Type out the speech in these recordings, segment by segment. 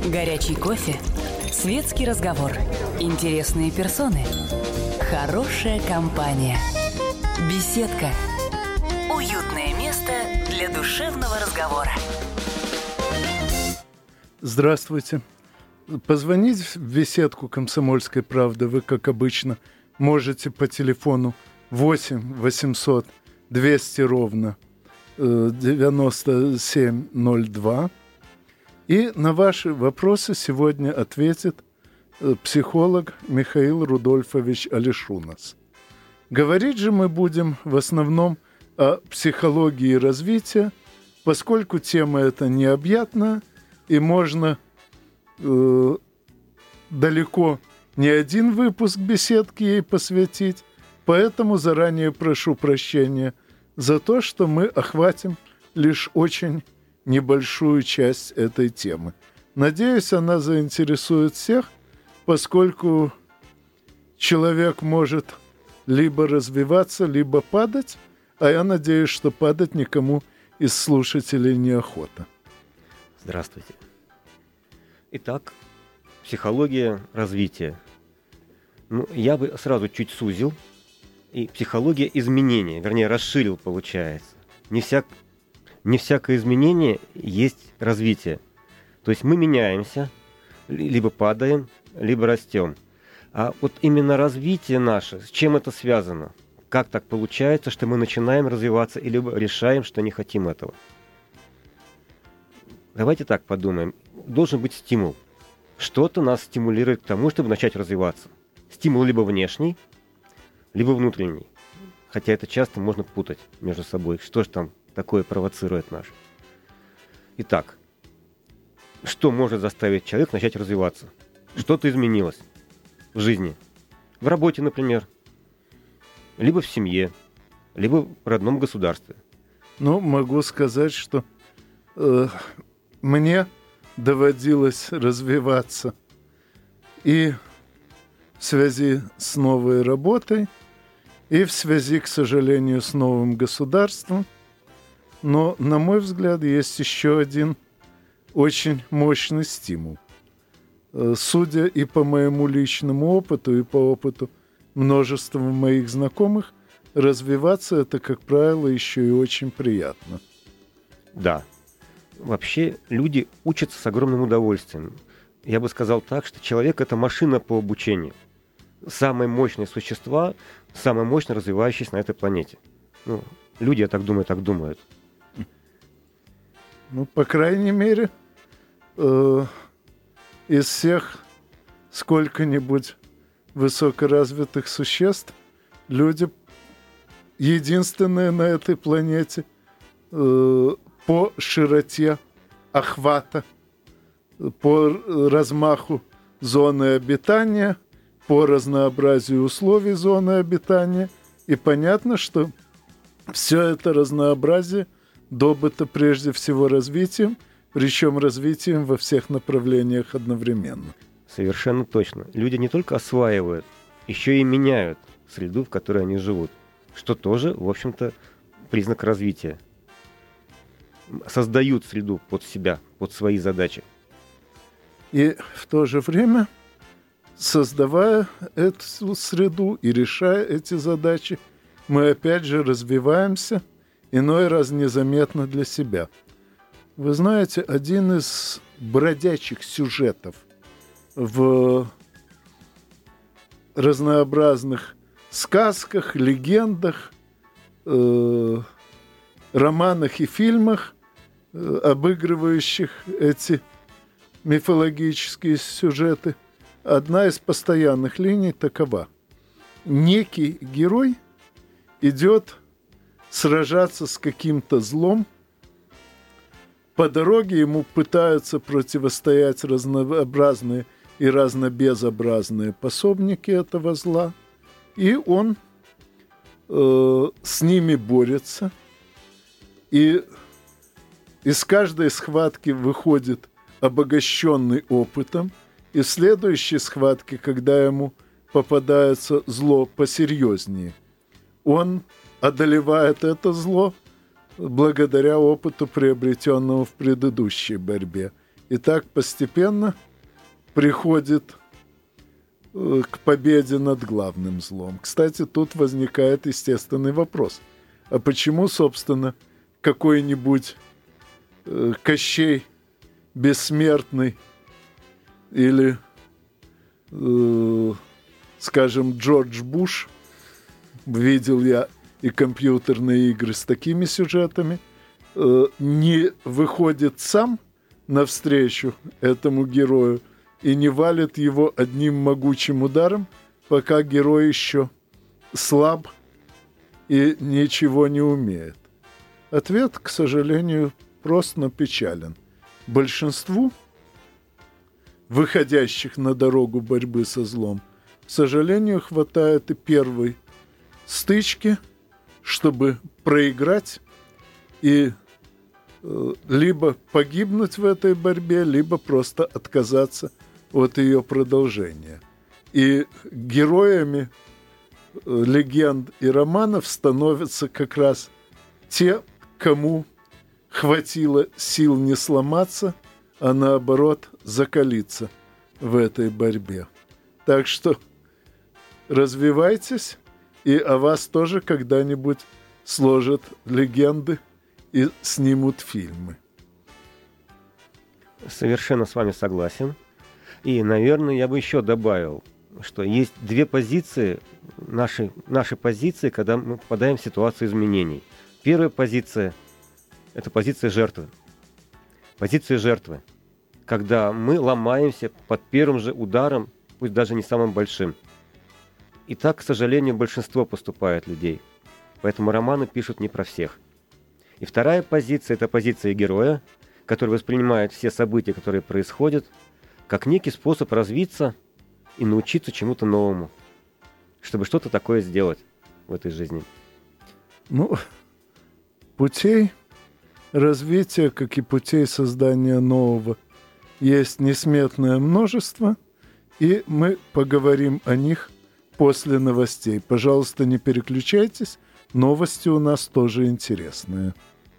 Горячий кофе, светский разговор, интересные персоны, хорошая компания, беседка, уютное место для душевного разговора. Здравствуйте. Позвонить в беседку «Комсомольской правды» вы, как обычно, можете по телефону 8 800 200 ровно 9702. И на ваши вопросы сегодня ответит психолог Михаил Рудольфович Алешунас. Говорить же мы будем в основном о психологии развития, поскольку тема эта необъятная, и можно далеко не один выпуск беседки ей посвятить, поэтому заранее прошу прощения за то, что мы охватим лишь очень небольшую часть этой темы. Надеюсь, она заинтересует всех, поскольку человек может либо развиваться, либо падать, а я надеюсь, что падать никому из слушателей неохота. Здравствуйте. Итак, психология развития. Я бы сразу чуть сузил. И психология изменения, вернее, расширил, получается. Не всякое изменение есть развитие. То есть мы меняемся, либо падаем, либо растем. А вот именно развитие наше, с чем это связано? Как так получается, что мы начинаем развиваться, либо решаем, что не хотим этого? Давайте так подумаем. Должен быть стимул. Что-то нас стимулирует к тому, чтобы начать развиваться. Стимул либо внешний, либо внутренний. Хотя это часто можно путать между собой. Что же там такое провоцирует нас? Итак, что может заставить человека начать развиваться? Что-то изменилось в жизни. В работе, например. Либо в семье. Либо в родном государстве. Могу сказать, что мне доводилось развиваться и в связи с новой работой, и в связи, к сожалению, с новым государством. Но, на мой взгляд, есть еще один очень мощный стимул. Судя и по моему личному опыту, и по опыту множества моих знакомых, развиваться это, как правило, еще и очень приятно. Да. Вообще люди учатся с огромным удовольствием. Я бы сказал так, что человек — это машина по обучению. Самые мощные существа, самые мощно развивающиеся на этой планете. Люди, я так думают. По крайней мере, из всех сколько-нибудь высокоразвитых существ люди единственные на этой планете по широте охвата, по размаху зоны обитания, по разнообразию условий зоны обитания. И понятно, что все это разнообразие добыто прежде всего развитием, причем развитием во всех направлениях одновременно. Совершенно точно. Люди не только осваивают, еще и меняют среду, в которой они живут, что тоже, в общем-то, признак развития. Создают среду под себя, под свои задачи. И в то же время, создавая эту среду и решая эти задачи, мы опять же развиваемся, иной раз незаметно для себя. Вы знаете, один из бродячих сюжетов в разнообразных сказках, легендах, романах и фильмах, обыгрывающих эти мифологические сюжеты, одна из постоянных линий такова. Некий герой идет сражаться с каким-то злом. По дороге ему пытаются противостоять разнообразные и разнобезобразные пособники этого зла. И он с ними борется. И из каждой схватки выходит обогащенный опытом. И в следующей схватке, когда ему попадается зло посерьезнее, он одолевает это зло благодаря опыту, приобретенному в предыдущей борьбе. и так постепенно приходит к победе над главным злом. Кстати, тут возникает естественный вопрос. А почему, собственно, какой-нибудь Кощей Бессмертный или, скажем, Джордж Буш, видел я и компьютерные игры с такими сюжетами, не выходит сам навстречу этому герою и не валит его одним могучим ударом, пока герой еще слаб и ничего не умеет? Ответ, к сожалению, прост, но печален. Большинству выходящих на дорогу борьбы со злом, к сожалению, хватает и первой стычки, чтобы проиграть и либо погибнуть в этой борьбе, либо просто отказаться от ее продолжения. И героями легенд и романов становятся как раз те, кому хватило сил не сломаться, а наоборот закалиться в этой борьбе. Так что развивайтесь, и о вас тоже когда-нибудь сложат легенды и снимут фильмы. Совершенно с вами согласен. И, наверное, я бы еще добавил, что есть две позиции, наши позиции, когда мы попадаем в ситуацию изменений. Первая позиция – это позиция жертвы. Позиция жертвы, когда мы ломаемся под первым же ударом, пусть даже не самым большим. И так, к сожалению, большинство поступает людей. Поэтому романы пишут не про всех. И вторая позиция – это позиция героя, который воспринимает все события, которые происходят, как некий способ развиться и научиться чему-то новому, чтобы что-то такое сделать в этой жизни. Ну, путей развития, как и путей создания нового, есть несметное множество, и мы поговорим о них после новостей. Пожалуйста, не переключайтесь, новости у нас тоже интересные.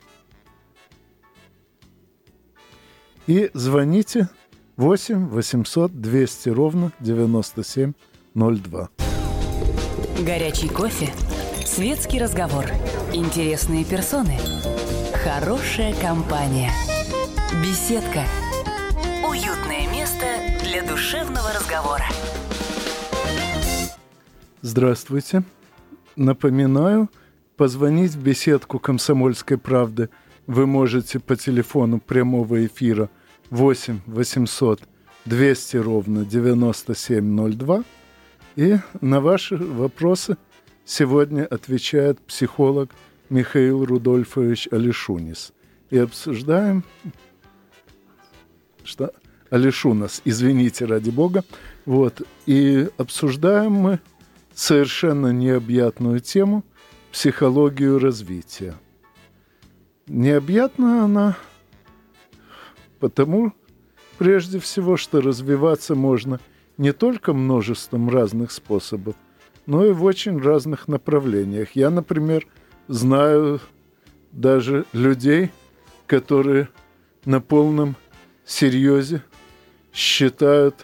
И звоните 8 800 200 ровно 9702. Горячий кофе, светский разговор, интересные персоны, хорошая компания, беседка, уютное место для душевного разговора. Здравствуйте. Напоминаю, позвонить в беседку «Комсомольской правды» вы можете по телефону прямого эфира 8 800 200 ровно 9702. И на ваши вопросы сегодня отвечает психолог Михаил Рудольфович Алишунис. И обсуждаем... Что? Алишунас, извините, ради бога. Вот. И обсуждаем мы совершенно необъятную тему – психологию развития. Необъятна она потому, прежде всего, что развиваться можно не только множеством разных способов, но и в очень разных направлениях. Я, например, знаю даже людей, которые на полном серьезе считают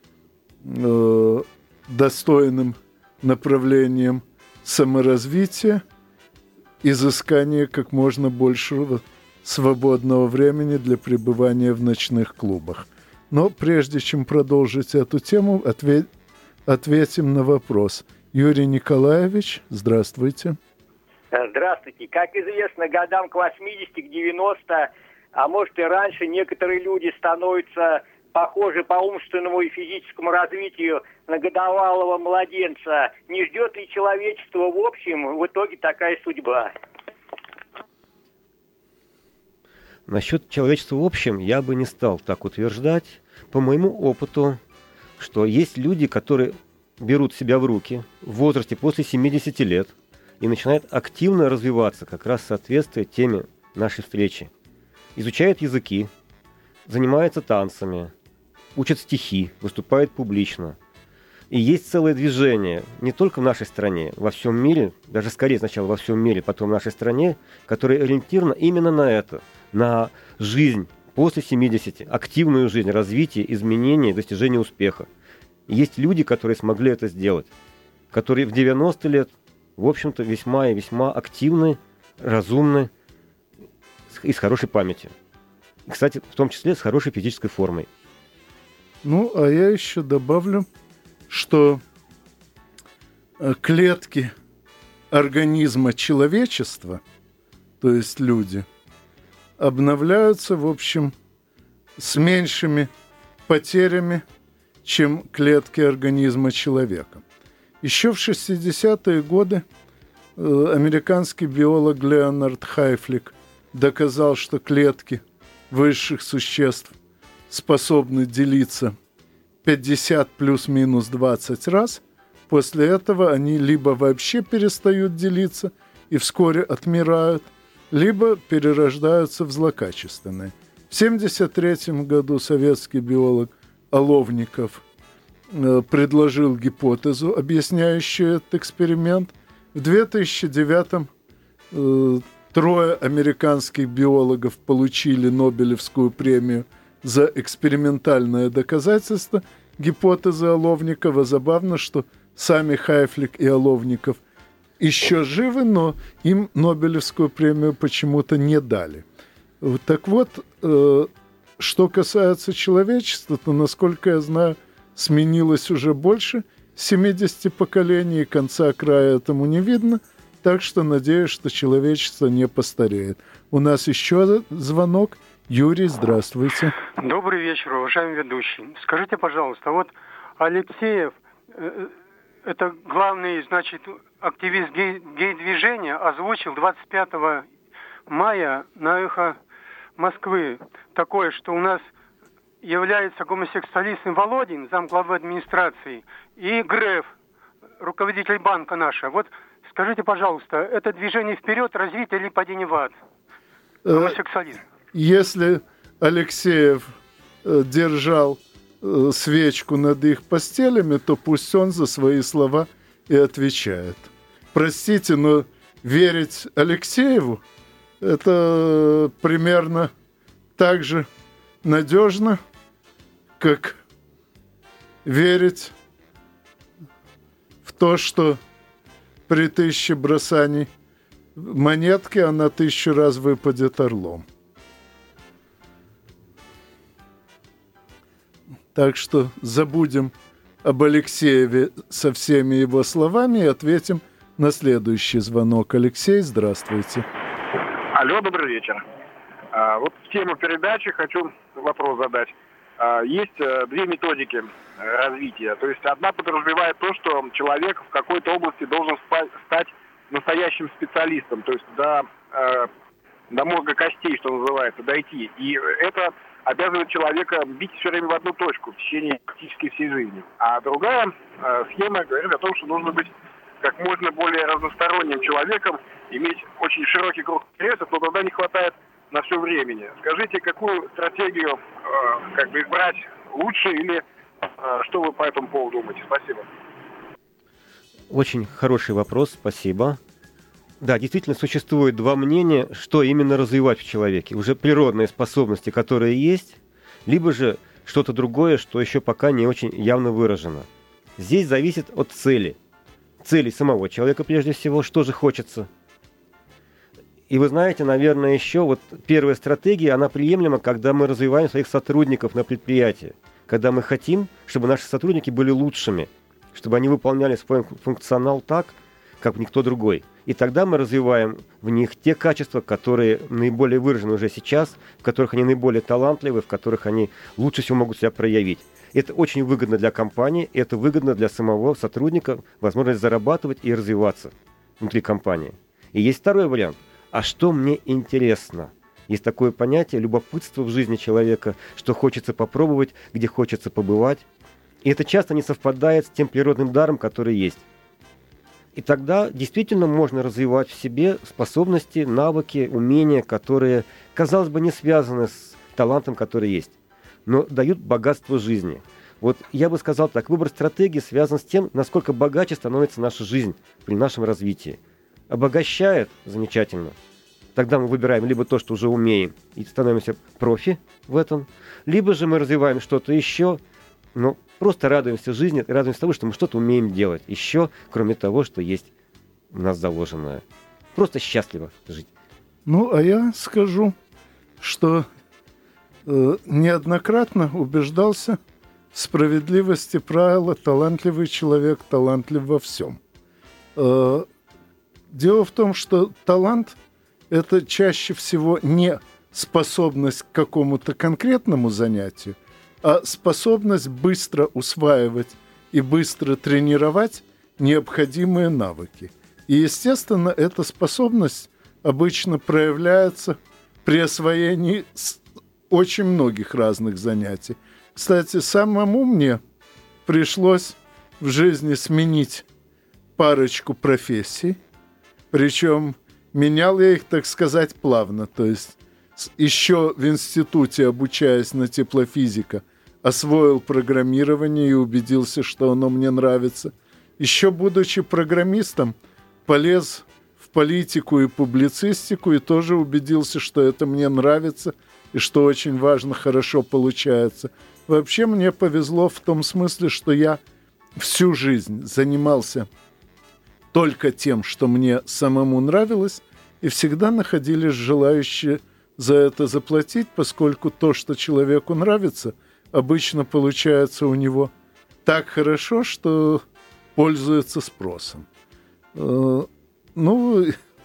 достойным направлением саморазвития изыскание как можно большего свободного времени для пребывания в ночных клубах. Но прежде чем продолжить эту тему, ответим на вопрос. Юрий Николаевич, здравствуйте. Здравствуйте. Как известно, годам к 80, к 90, а может и раньше, некоторые люди становятся похожи по умственному и физическому развитию на годовалого младенца. Не ждет ли человечество в общем в итоге такая судьба? Насчет человечества в общем я бы не стал так утверждать. По моему опыту, что есть люди, которые берут себя в руки в возрасте после 70 лет и начинают активно развиваться как раз в соответствии теме нашей встречи. Изучают языки, занимаются танцами, учат стихи, выступают публично. И есть целое движение, не только в нашей стране, во всем мире, даже скорее сначала во всем мире, потом в нашей стране, которое ориентировано именно на это, на жизнь после 70 активную жизнь, развитие, изменение, достижение успеха. И есть люди, которые смогли это сделать, которые в 90 лет, в общем-то, весьма и весьма активны, разумны и с хорошей памятью. И, кстати, в том числе с хорошей физической формой. Ну, а я еще добавлю, что клетки организма человечества, то есть люди, обновляются, в общем, с меньшими потерями, чем клетки организма человека. Еще в 60-е годы американский биолог Леонард Хайфлик доказал, что клетки высших существ способны делиться 50 плюс-минус 20 раз. После этого они либо вообще перестают делиться и вскоре отмирают, либо перерождаются в злокачественные. В 1973 году советский биолог Оловников предложил гипотезу, объясняющую этот эксперимент. В 2009 трое американских биологов получили Нобелевскую премию за экспериментальное доказательство гипотезы Оловникова. Забавно, что сами Хайфлик и Оловников еще живы, но им Нобелевскую премию почему-то не дали. Так вот, что касается человечества, то, насколько я знаю, сменилось уже больше 70 поколений, и конца края этому не видно, так что надеюсь, что человечество не постареет. У нас еще звонок. Юрий, здравствуйте. Добрый вечер, уважаемый ведущий. Скажите, пожалуйста, вот Алексеев, это главный, значит, активист гей-движения, озвучил 25 мая на «Эхо Москвы» такое, что у нас является гомосексуалистом Володин, замглавы администрации, и Греф, руководитель банка наша. Вот скажите, пожалуйста, это движение вперед, развитие или падение в ад? Гомосексуализм. Если Алексеев держал свечку над их постелями, то пусть он за свои слова и отвечает. Простите, но верить Алексееву – это примерно так же надежно, как верить в то, что при 1000 бросаний монетки она 1000 раз выпадет орлом. Так что забудем об Алексееве со всеми его словами и ответим на следующий звонок. Алексей, здравствуйте. Алло, добрый вечер. Вот в тему передачи хочу вопрос задать. Есть две методики развития. То есть одна подразумевает то, что человек в какой-то области должен стать настоящим специалистом, то есть до мозга костей, что называется, дойти. И это обязывает человека бить все время в одну точку в течение практически всей жизни. А другая схема говорит о том, что нужно быть как можно более разносторонним человеком, иметь очень широкий круг интересов, но тогда не хватает на все времени. Скажите, какую стратегию избрать лучше, или что вы по этому поводу думаете? Спасибо. Очень хороший вопрос, спасибо. Да, действительно, существует два мнения, что именно развивать в человеке. Уже природные способности, которые есть, либо же что-то другое, что еще пока не очень явно выражено. Здесь зависит от цели. Цели самого человека, прежде всего, что же хочется. И вы знаете, наверное, еще вот первая стратегия, она приемлема, когда мы развиваем своих сотрудников на предприятии. Когда мы хотим, чтобы наши сотрудники были лучшими, чтобы они выполняли свой функционал так, как никто другой. И тогда мы развиваем в них те качества, которые наиболее выражены уже сейчас, в которых они наиболее талантливы, в которых они лучше всего могут себя проявить. Это очень выгодно для компании, это выгодно для самого сотрудника, возможность зарабатывать и развиваться внутри компании. И есть второй вариант. А что мне интересно? Есть такое понятие любопытство в жизни человека, что хочется попробовать, где хочется побывать. И это часто не совпадает с тем природным даром, который есть. И тогда действительно можно развивать в себе способности, навыки, умения, которые, казалось бы, не связаны с талантом, который есть, но дают богатство жизни. Вот я бы сказал так, выбор стратегии связан с тем, насколько богаче становится наша жизнь при нашем развитии. Обогащает — замечательно. Тогда мы выбираем либо то, что уже умеем, и становимся профи в этом, либо же мы развиваем что-то еще, но просто радуемся жизни, радуемся тому, что мы что-то умеем делать еще, кроме того, что есть у нас заложенное. Просто счастливо жить. Ну, а я скажу, что неоднократно убеждался в справедливости правила «талантливый человек талантлив во всем». Дело в том, что талант – это чаще всего не способность к какому-то конкретному занятию, а способность быстро усваивать и быстро тренировать необходимые навыки. И, естественно, эта способность обычно проявляется при освоении очень многих разных занятий. Кстати, самому мне пришлось в жизни сменить парочку профессий, причем менял я их, так сказать, плавно. То есть еще в институте, обучаясь на теплофизика, освоил программирование и убедился, что оно мне нравится. Еще будучи программистом, полез в политику и публицистику и тоже убедился, что это мне нравится и что очень важно, хорошо получается. Вообще мне повезло в том смысле, что я всю жизнь занимался только тем, что мне самому нравилось, и всегда находились желающие за это заплатить, поскольку то, что человеку нравится, обычно получается у него так хорошо, что пользуется спросом. Ну,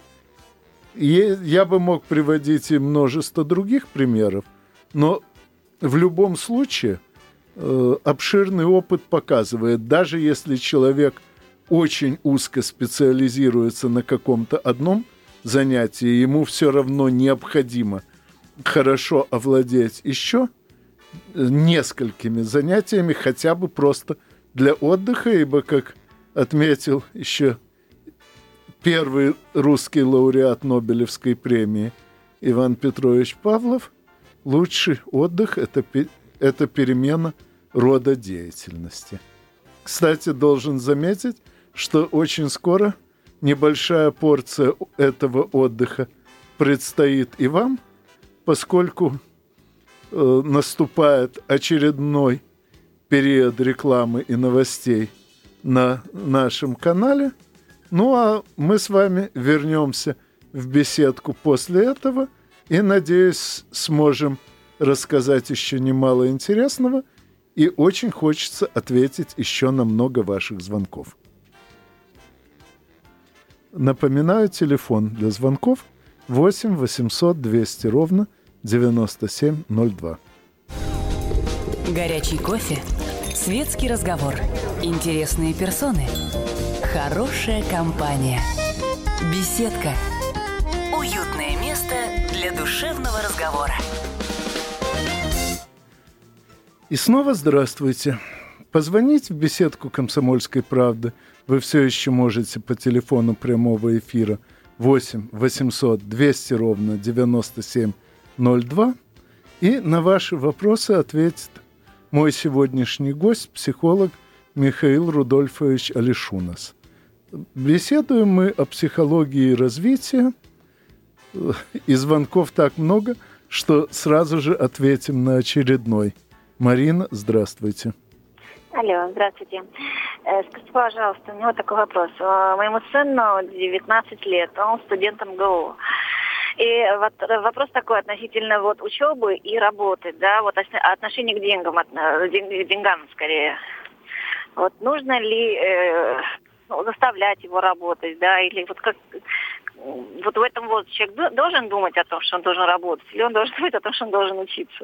я бы мог приводить и множество других примеров, но в любом случае обширный опыт показывает, даже если человек очень узко специализируется на каком-то одном занятии, ему все равно необходимо хорошо овладеть еще несколькими занятиями, хотя бы просто для отдыха, ибо, как отметил еще первый русский лауреат Нобелевской премии Иван Петрович Павлов, лучший отдых – это перемена рода деятельности. Кстати, должен заметить, что очень скоро небольшая порция этого отдыха предстоит и вам, поскольку наступает очередной период рекламы и новостей на нашем канале. Ну, а мы с вами вернемся в беседку после этого и, надеюсь, сможем рассказать еще немало интересного, и очень хочется ответить еще на много ваших звонков. Напоминаю, телефон для звонков 8 800 200 ровно 9702. Горячий кофе, светский разговор, интересные персоны, хорошая компания, беседка, уютное место для душевного разговора. И снова здравствуйте. Позвонить в беседку «Комсомольской правды» вы все еще можете по телефону прямого эфира 8 800 200 ровно 9702. И на ваши вопросы ответит мой сегодняшний гость, психолог Михаил Рудольфович Алишунас. Беседуем мы о психологии развития. И звонков так много, что сразу же ответим на очередной. Марина, здравствуйте. Алло, здравствуйте. Скажите, пожалуйста, у меня вот такой вопрос. Моему сыну 19 лет, он студент МГУ. И вот вопрос такой относительно вот учебы и работы, да, вот отношение к деньгам скорее. Вот нужно ли заставлять его работать, да, или вот как вот в этом вот человек должен думать о том, что он должен работать, или он должен думать о том, что он должен учиться?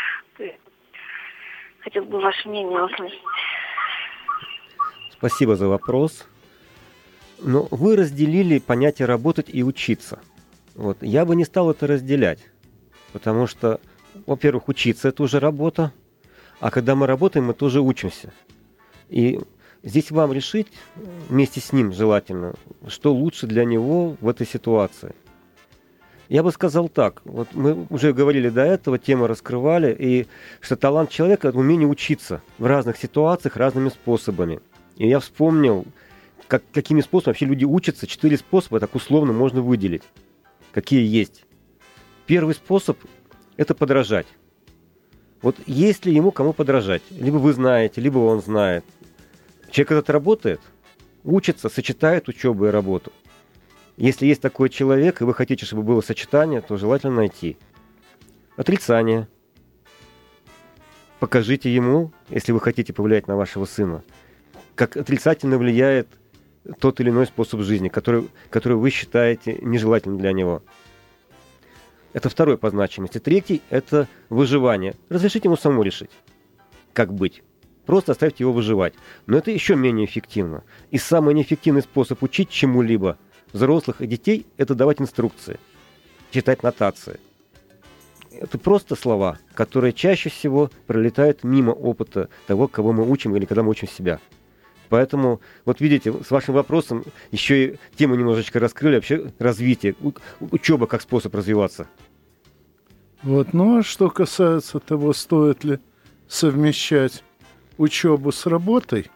Хотел бы ваше мнение услышать. Спасибо за вопрос. Но вы разделили понятие «работать» и «учиться». Вот. Я бы не стал это разделять, потому что, во-первых, учиться – это уже работа, а когда мы работаем, мы тоже учимся. И здесь вам решить, вместе с ним желательно, что лучше для него в этой ситуации. Я бы сказал так, вот мы уже говорили до этого, тему раскрывали, и что талант человека – это умение учиться в разных ситуациях разными способами. И я вспомнил, какими способами вообще люди учатся. 4 способа так условно можно выделить. какие есть. Первый способ – это подражать. Вот есть ли ему кому подражать? Либо вы знаете, либо он знает. Человек этот работает, учится, сочетает учебу и работу. Если есть такой человек, и вы хотите, чтобы было сочетание, то желательно найти. Отрицание. Покажите ему, если вы хотите повлиять на вашего сына, как отрицательно влияет тот или иной способ жизни, который вы считаете нежелательным для него. Это второй по значимости. Третий – это выживание. Разрешите ему самому решить, как быть. Просто оставьте его выживать. Но это еще менее эффективно. И самый неэффективный способ учить чему-либо взрослых и детей – это давать инструкции, читать нотации. Это просто слова, которые чаще всего пролетают мимо опыта того, кого мы учим или когда мы учим себя. Поэтому, вот видите, с вашим вопросом еще и тему немножечко раскрыли, вообще развитие, учеба как способ развиваться. Вот, ну а что касается того, стоит ли совмещать учебу с работой,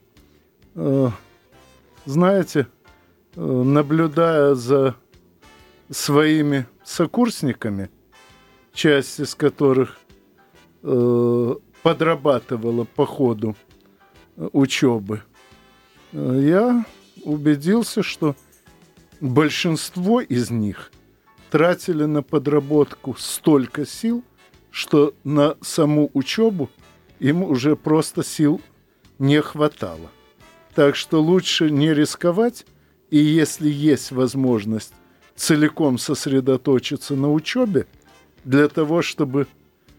знаете, наблюдая за своими сокурсниками, часть из которых подрабатывала по ходу учебы, я убедился, что большинство из них тратили на подработку столько сил, что на саму учебу им уже просто сил не хватало. Так что лучше не рисковать, и если есть возможность целиком сосредоточиться на учебе, для того, чтобы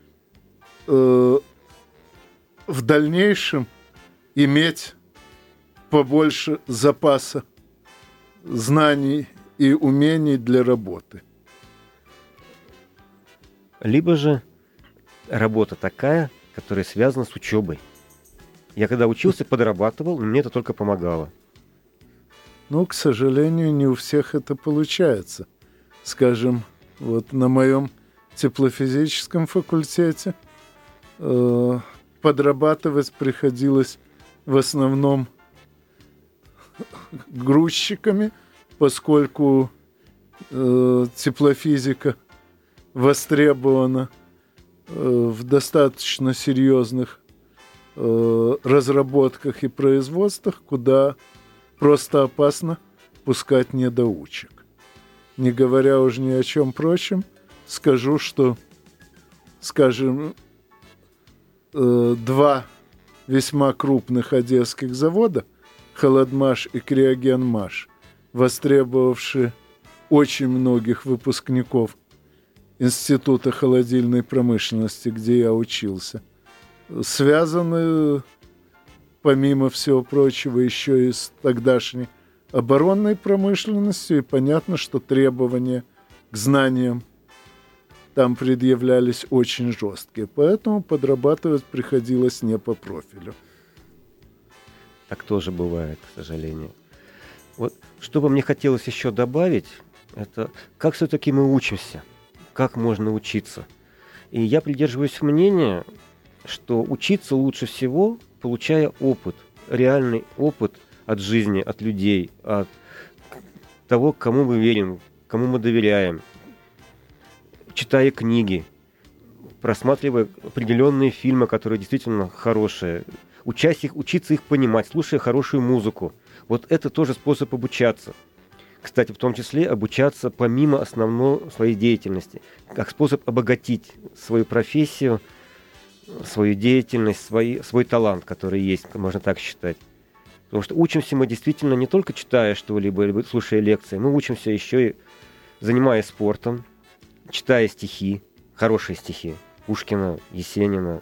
в дальнейшем иметь побольше запаса знаний и умений для работы. Либо же работа такая, которая связана с учебой. Я когда учился, подрабатывал, мне это только помогало. Ну, к сожалению, не у всех это получается. Скажем, вот на моем теплофизическом факультете подрабатывать приходилось в основном грузчиками, поскольку теплофизика востребована в достаточно серьезных разработках и производствах, куда просто опасно пускать недоучек. Не говоря уже ни о чем прочем, скажу, что, скажем, два весьма крупных одесских завода, Холодмаш и Криогенмаш, востребовавшие очень многих выпускников Института холодильной промышленности, где я учился, связаны, помимо всего прочего, еще и с тогдашней оборонной промышленностью, и понятно, что требования к знаниям там предъявлялись очень жесткие, поэтому подрабатывать приходилось не по профилю. Так тоже бывает, к сожалению. Вот что бы мне хотелось еще добавить, это как все-таки мы учимся, как можно учиться. И я придерживаюсь мнения, что учиться лучше всего, получая опыт, реальный опыт от жизни, от людей, от того, кому мы верим, кому мы доверяем, читая книги, просматривая определенные фильмы, которые действительно хорошие, учиться их понимать, слушая хорошую музыку. Вот это тоже способ обучаться. Кстати, в том числе обучаться помимо основной своей деятельности, как способ обогатить свою профессию, свою деятельность, свой талант, который есть, можно так считать. Потому что учимся мы действительно не только читая что-либо, либо слушая лекции, мы учимся еще и занимаясь спортом, читая стихи, хорошие стихи, Пушкина, Есенина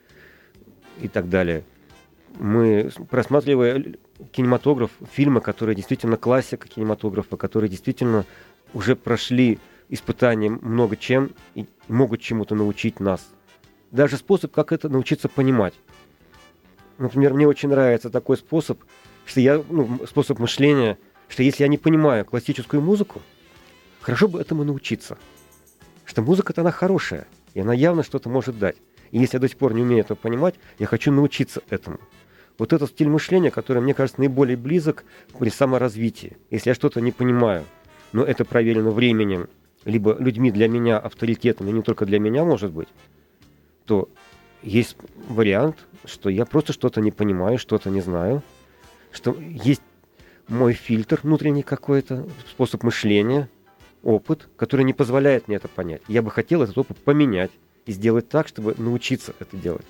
и так далее. Мы, просматривая кинематограф, фильмы, которые действительно классика кинематографа, которые действительно уже прошли испытания много чем и могут чему-то научить нас. Даже способ, как это научиться понимать. Например, мне очень нравится такой способ, способ мышления, что если я не понимаю классическую музыку, хорошо бы этому научиться. Что музыка-то она хорошая, и она явно что-то может дать. И если я до сих пор не умею этого понимать, я хочу научиться этому. Вот этот стиль мышления, который, мне кажется, наиболее близок при саморазвитии. Если я что-то не понимаю, но это проверено временем либо людьми для меня авторитетными, не только для меня, может быть, то есть вариант, что я просто что-то не понимаю, что-то не знаю, что есть мой фильтр внутренний какой-то, способ мышления, опыт, который не позволяет мне это понять. Я бы хотел этот опыт поменять и сделать так, чтобы научиться это делать.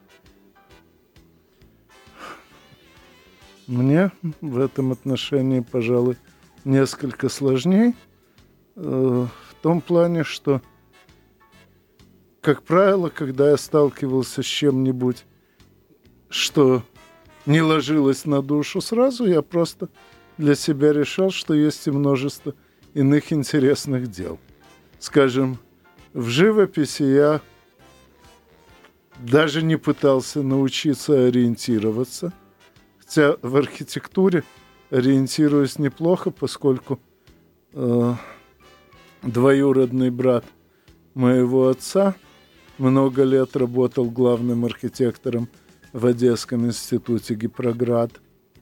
Мне в этом отношении, пожалуй, несколько сложнее. В том плане, что, как правило, когда я сталкивался с чем-нибудь, что не ложилось на душу сразу, я просто для себя решал, что есть и множество иных интересных дел. Скажем, в живописи я даже не пытался научиться ориентироваться, хотя в архитектуре ориентируюсь неплохо, поскольку двоюродный брат моего отца много лет работал главным архитектором в Одесском институте Гипроград.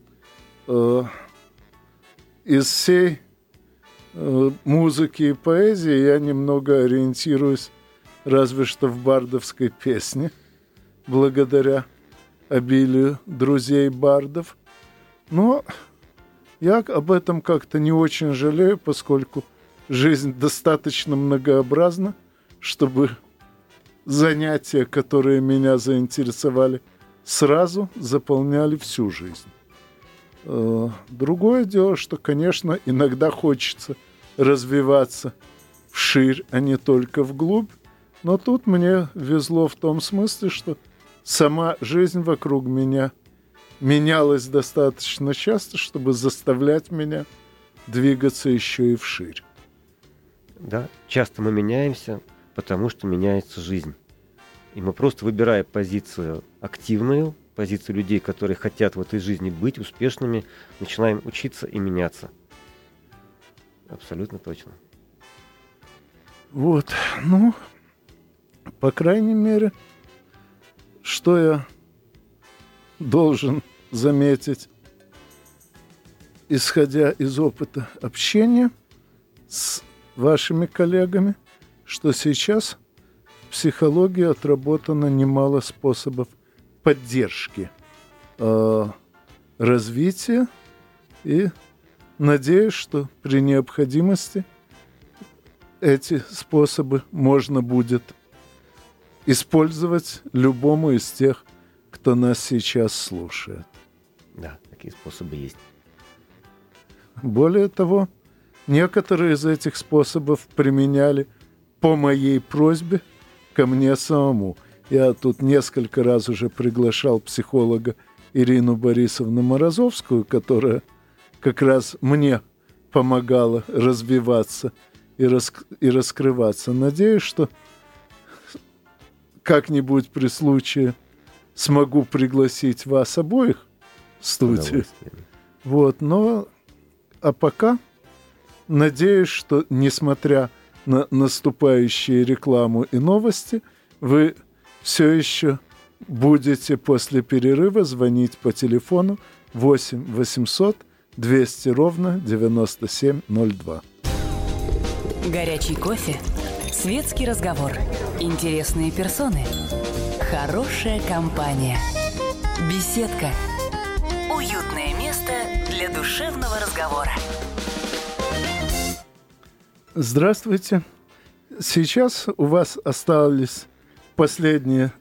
Из всей музыки и поэзии я немного ориентируюсь разве что в бардовской песне, благодаря обилию друзей-бардов. Но я об этом как-то не очень жалею, поскольку жизнь достаточно многообразна, чтобы занятия, которые меня заинтересовали, сразу заполняли всю жизнь. Другое дело, что, конечно, иногда хочется развиваться вширь, а не только вглубь. Но тут мне везло в том смысле, что сама жизнь вокруг меня менялась достаточно часто, чтобы заставлять меня двигаться еще и вширь. Да, часто мы меняемся, потому что меняется жизнь. И мы просто, выбирая позицию активную, позицию людей, которые хотят в этой жизни быть успешными, начинаем учиться и меняться. Абсолютно точно. Вот, ну, по крайней мере, что я должен заметить, исходя из опыта общения с вашими коллегами, что сейчас в психологии отработано немало способов поддержки развития, и надеюсь, что при необходимости эти способы можно будет использовать любому из тех, кто нас сейчас слушает. Да, такие способы есть. Более того, некоторые из этих способов применяли по моей просьбе ко мне самому. Я тут несколько раз уже приглашал психолога Ирину Борисовну Морозовскую, которая как раз мне помогала развиваться и раскрываться. Надеюсь, что как-нибудь при случае смогу пригласить вас обоих в студию. Вот, но а пока надеюсь, что, несмотря на наступающие рекламу и новости, вы все еще будете после перерыва звонить по телефону 8 800 200 ровно 9702. Горячий кофе, светский разговор, интересные персоны, хорошая компания, беседка, уютное место для душевного разговора. Здравствуйте. Сейчас у вас остались последние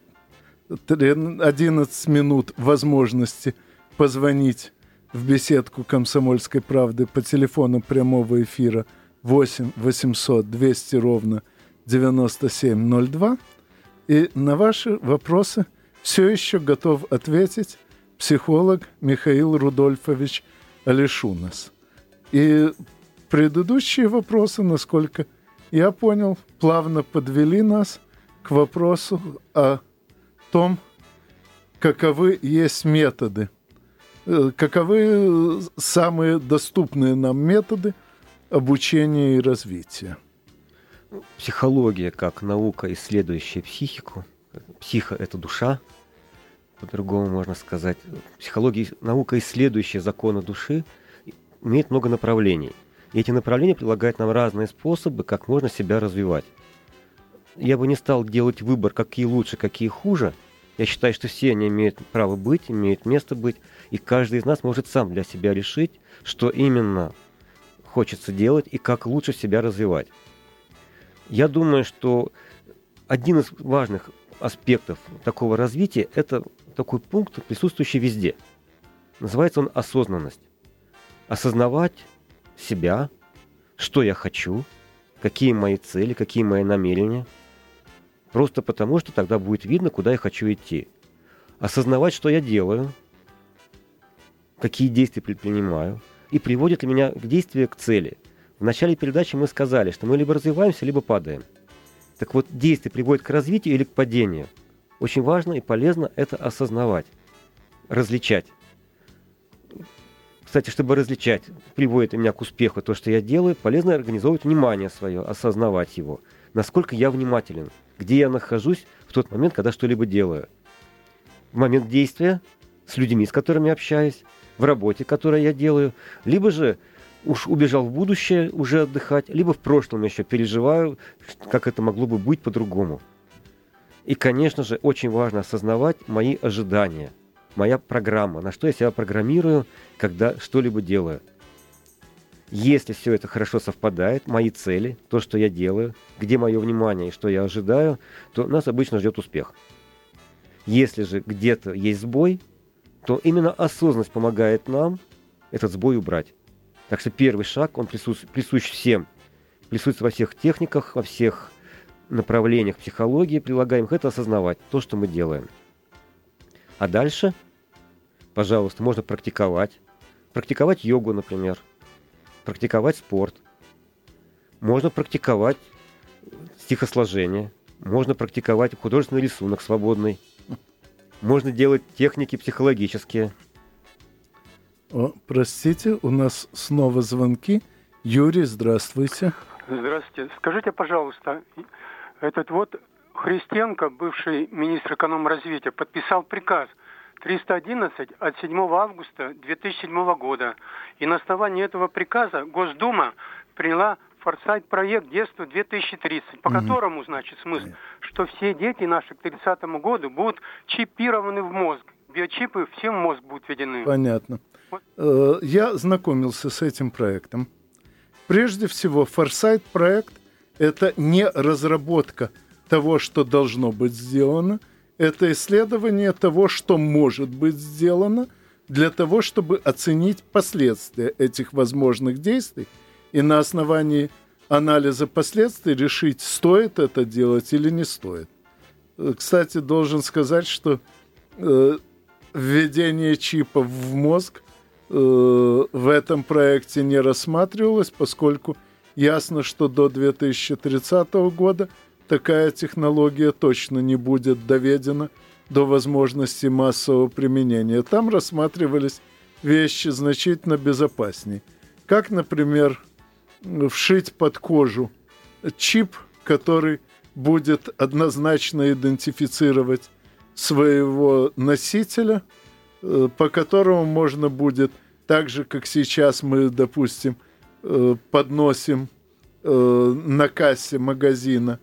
11 минут возможности позвонить в беседку «Комсомольской правды» по телефону прямого эфира 8 800 200 ровно 9702. И на ваши вопросы все еще готов ответить психолог Михаил Рудольфович Алешунас. И предыдущие вопросы, насколько я понял, плавно подвели нас к вопросу о том, каковы есть методы, каковы самые доступные нам методы обучения и развития. Психология как наука, исследующая психику. Психа – это душа, по-другому можно сказать. Психология, наука, исследующая законы души, имеет много направлений. И эти направления предлагают нам разные способы, как можно себя развивать. Я бы не стал делать выбор, какие лучше, какие хуже. Я считаю, что все они имеют право быть, имеют место быть, и каждый из нас может сам для себя решить, что именно хочется делать и как лучше себя развивать. Я думаю, что один из важных аспектов такого развития – это такой пункт, присутствующий везде. Называется он осознанность. Осознавать себя, что я хочу, какие мои цели, какие мои намерения. Просто потому, что тогда будет видно, куда я хочу идти. Осознавать, что я делаю, какие действия предпринимаю, и приводит ли меня к действию, к цели. В начале передачи мы сказали, что мы либо развиваемся, либо падаем. Так вот, действие приводит к развитию или к падению. Очень важно и полезно это осознавать, различать. Кстати, чтобы различать, приводит меня к успеху то, что я делаю, полезно организовывать внимание свое, осознавать его. Насколько я внимателен, где я нахожусь в тот момент, когда что-либо делаю. В момент действия, с людьми, с которыми общаюсь, в работе, которую я делаю, либо же уж убежал в будущее уже отдыхать, либо в прошлом еще переживаю, как это могло бы быть по-другому. И, конечно же, очень важно осознавать мои ожидания, моя программа, на что я себя программирую, когда что-либо делаю. Если все это хорошо совпадает, мои цели, то, что я делаю, где мое внимание и что я ожидаю, то нас обычно ждет успех. Если же где-то есть сбой, то именно осознанность помогает нам этот сбой убрать. Так что первый шаг, он присущ всем, присутствует во всех техниках, во всех направлениях психологии прилагаемых, это осознавать то, что мы делаем. А дальше, пожалуйста, можно практиковать. Практиковать йогу, например. Практиковать спорт. Можно практиковать стихосложение. Можно практиковать художественный рисунок свободный. Можно делать техники психологические. Простите, у нас снова звонки. Юрий, здравствуйте. Здравствуйте. Скажите, пожалуйста, этот вот Христенко, бывший министр экономразвития, подписал приказ 311 от 7 августа 2007 года. И на основании этого приказа Госдума приняла форсайт-проект «Детство 2030», по которому, значит, смысл, что все дети наши к 30 году будут чипированы в мозг. Биочипы всем в мозг будут введены. Понятно. Я знакомился с этим проектом. Прежде всего, форсайт-проект – это не разработка того, что должно быть сделано, это исследование того, что может быть сделано, для того, чтобы оценить последствия этих возможных действий и на основании анализа последствий решить, стоит это делать или не стоит. Кстати, должен сказать, что введение чипов в мозг в этом проекте не рассматривалось, поскольку ясно, что до 2030 года такая технология точно не будет доведена до возможности массового применения. Там рассматривались вещи значительно безопаснее. Как, например, вшить под кожу чип, который будет однозначно идентифицировать своего носителя, по которому можно будет, так же, как сейчас мы, допустим, подносим на кассе магазина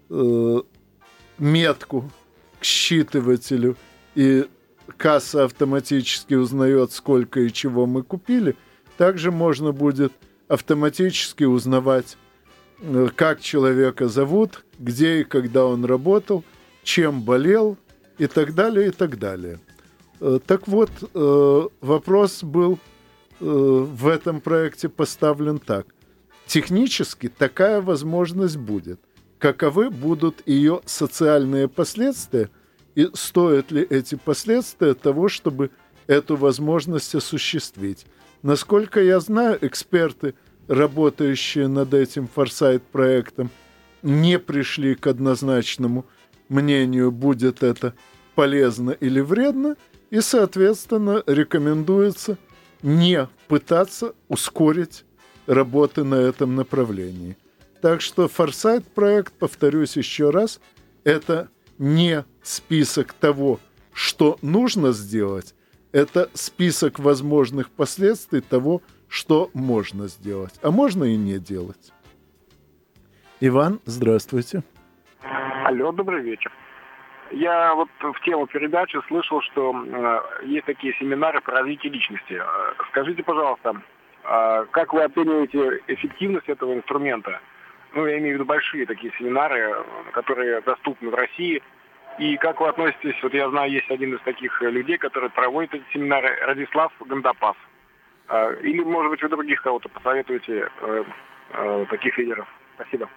метку к считывателю, и касса автоматически узнает, сколько и чего мы купили, также можно будет автоматически узнавать, как человека зовут, где и когда он работал, чем болел и так далее, и так далее. Так вот, вопрос был в этом проекте поставлен так. Технически такая возможность будет. Каковы будут ее социальные последствия и стоят ли эти последствия того, чтобы эту возможность осуществить? Насколько я знаю, эксперты, работающие над этим форсайт-проектом, не пришли к однозначному мнению, будет это полезно или вредно, и, соответственно, рекомендуется не пытаться ускорить работы на этом направлении. Так что форсайт-проект, повторюсь еще раз, это не список того, что нужно сделать, это список возможных последствий того, что можно сделать, а можно и не делать. Иван, здравствуйте. Алло, добрый вечер. Я вот в тему передачи слышал, что есть такие семинары по развитию личности. Скажите, пожалуйста, как вы оцениваете эффективность этого инструмента? Ну, я имею в виду большие такие семинары, которые доступны в России. И как вы относитесь, вот я знаю, есть один из таких людей, который проводит эти семинары, Радислав Гандапас. Или, может быть, вы других кого-то посоветуете, таких лидеров? Спасибо.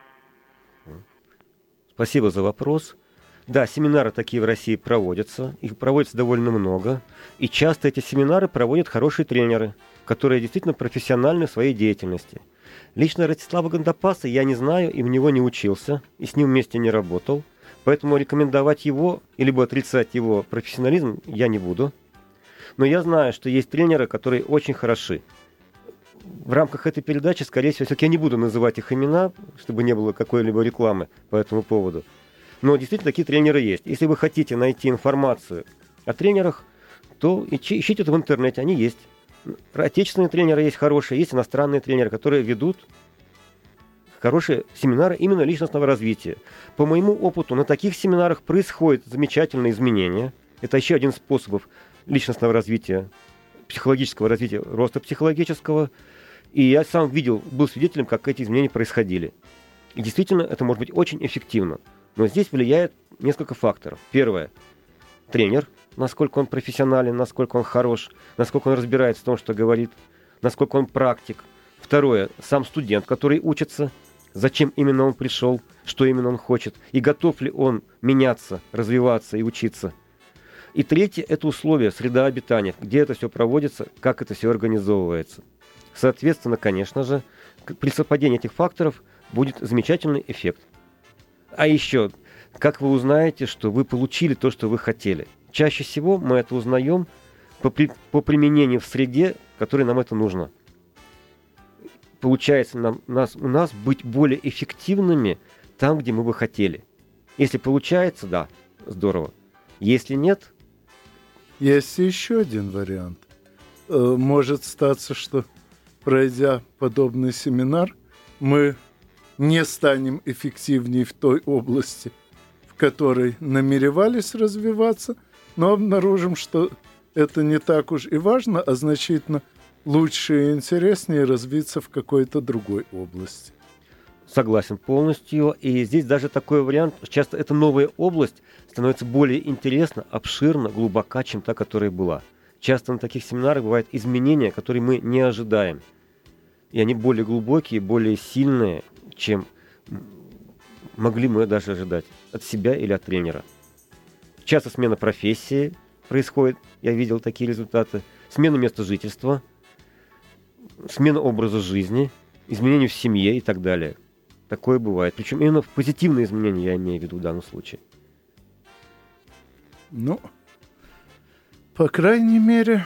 Спасибо за вопрос. Да, семинары такие в России проводятся. Их проводится довольно много. И часто эти семинары проводят хорошие тренеры, которые действительно профессиональны в своей деятельности. Лично Радислава Гандапаса я не знаю и в него не учился, и с ним вместе не работал. Поэтому рекомендовать его, либо отрицать его профессионализм я не буду. Но я знаю, что есть тренеры, которые очень хороши. В рамках этой передачи, скорее всего, все-таки я не буду называть их имена, чтобы не было какой-либо рекламы по этому поводу. Но действительно такие тренеры есть. Если вы хотите найти информацию о тренерах, то ищите это в интернете, они есть. Отечественные тренеры есть хорошие, есть иностранные тренеры, которые ведут хорошие семинары именно личностного развития. По моему опыту, на таких семинарах происходят замечательные изменения. Это еще один из способов личностного развития, психологического развития, роста психологического. И я сам видел, был свидетелем, как эти изменения происходили. И действительно, это может быть очень эффективно. Но здесь влияет несколько факторов. Первое. Тренер, насколько он профессионален, насколько он хорош, насколько он разбирается в том, что говорит, насколько он практик. Второе. Сам студент, который учится, зачем именно он пришел, что именно он хочет, и готов ли он меняться, развиваться и учиться. И третье – это условия, среда обитания, где это все проводится, как это все организовывается. Соответственно, конечно же, при совпадении этих факторов будет замечательный эффект. А еще, как вы узнаете, что вы получили то, что вы хотели? Чаще всего мы это узнаем по применению в среде, в которой нам это нужно. Получается у нас быть более эффективными там, где мы бы хотели. Если получается, да, здорово. Если нет... Есть еще один вариант. Может статься, что, пройдя подобный семинар, мы не станем эффективнее в той области, в которой намеревались развиваться, но обнаружим, что это не так уж и важно, а значительно лучше и интереснее развиться в какой-то другой области. Согласен полностью. И здесь даже такой вариант, часто эта новая область становится более интересна, обширна, глубока, чем та, которая была. Часто на таких семинарах бывают изменения, которые мы не ожидаем. И они более глубокие, более сильные, чем могли мы даже ожидать от себя или от тренера. Часто смена профессии происходит, я видел такие результаты, смена места жительства, смена образа жизни, изменения в семье и так далее. Такое бывает. Причем именно в позитивные изменения я имею в виду в данном случае. Ну, по крайней мере,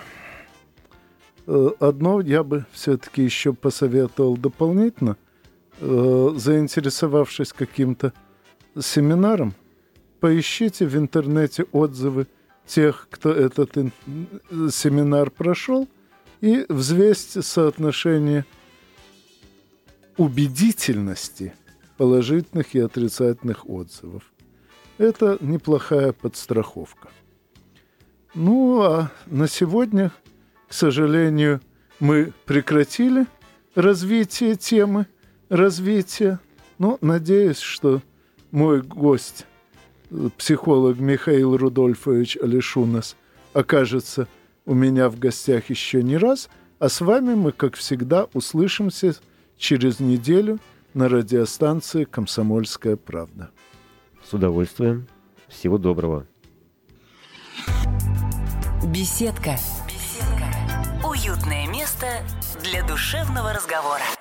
одно я бы все-таки еще посоветовал дополнительно, заинтересовавшись каким-то семинаром, поищите в интернете отзывы тех, кто этот семинар прошел, и взвесьте соотношение убедительности положительных и отрицательных отзывов. Это неплохая подстраховка. Ну, а на сегодня, к сожалению, мы прекратили развитие темы развития. Но надеюсь, что мой гость, психолог Михаил Рудольфович Алешунас, окажется у меня в гостях еще не раз. А с вами мы, как всегда, услышимся через неделю на радиостанции «Комсомольская правда». С удовольствием. Всего доброго. Беседка. Беседка. Уютное место для душевного разговора.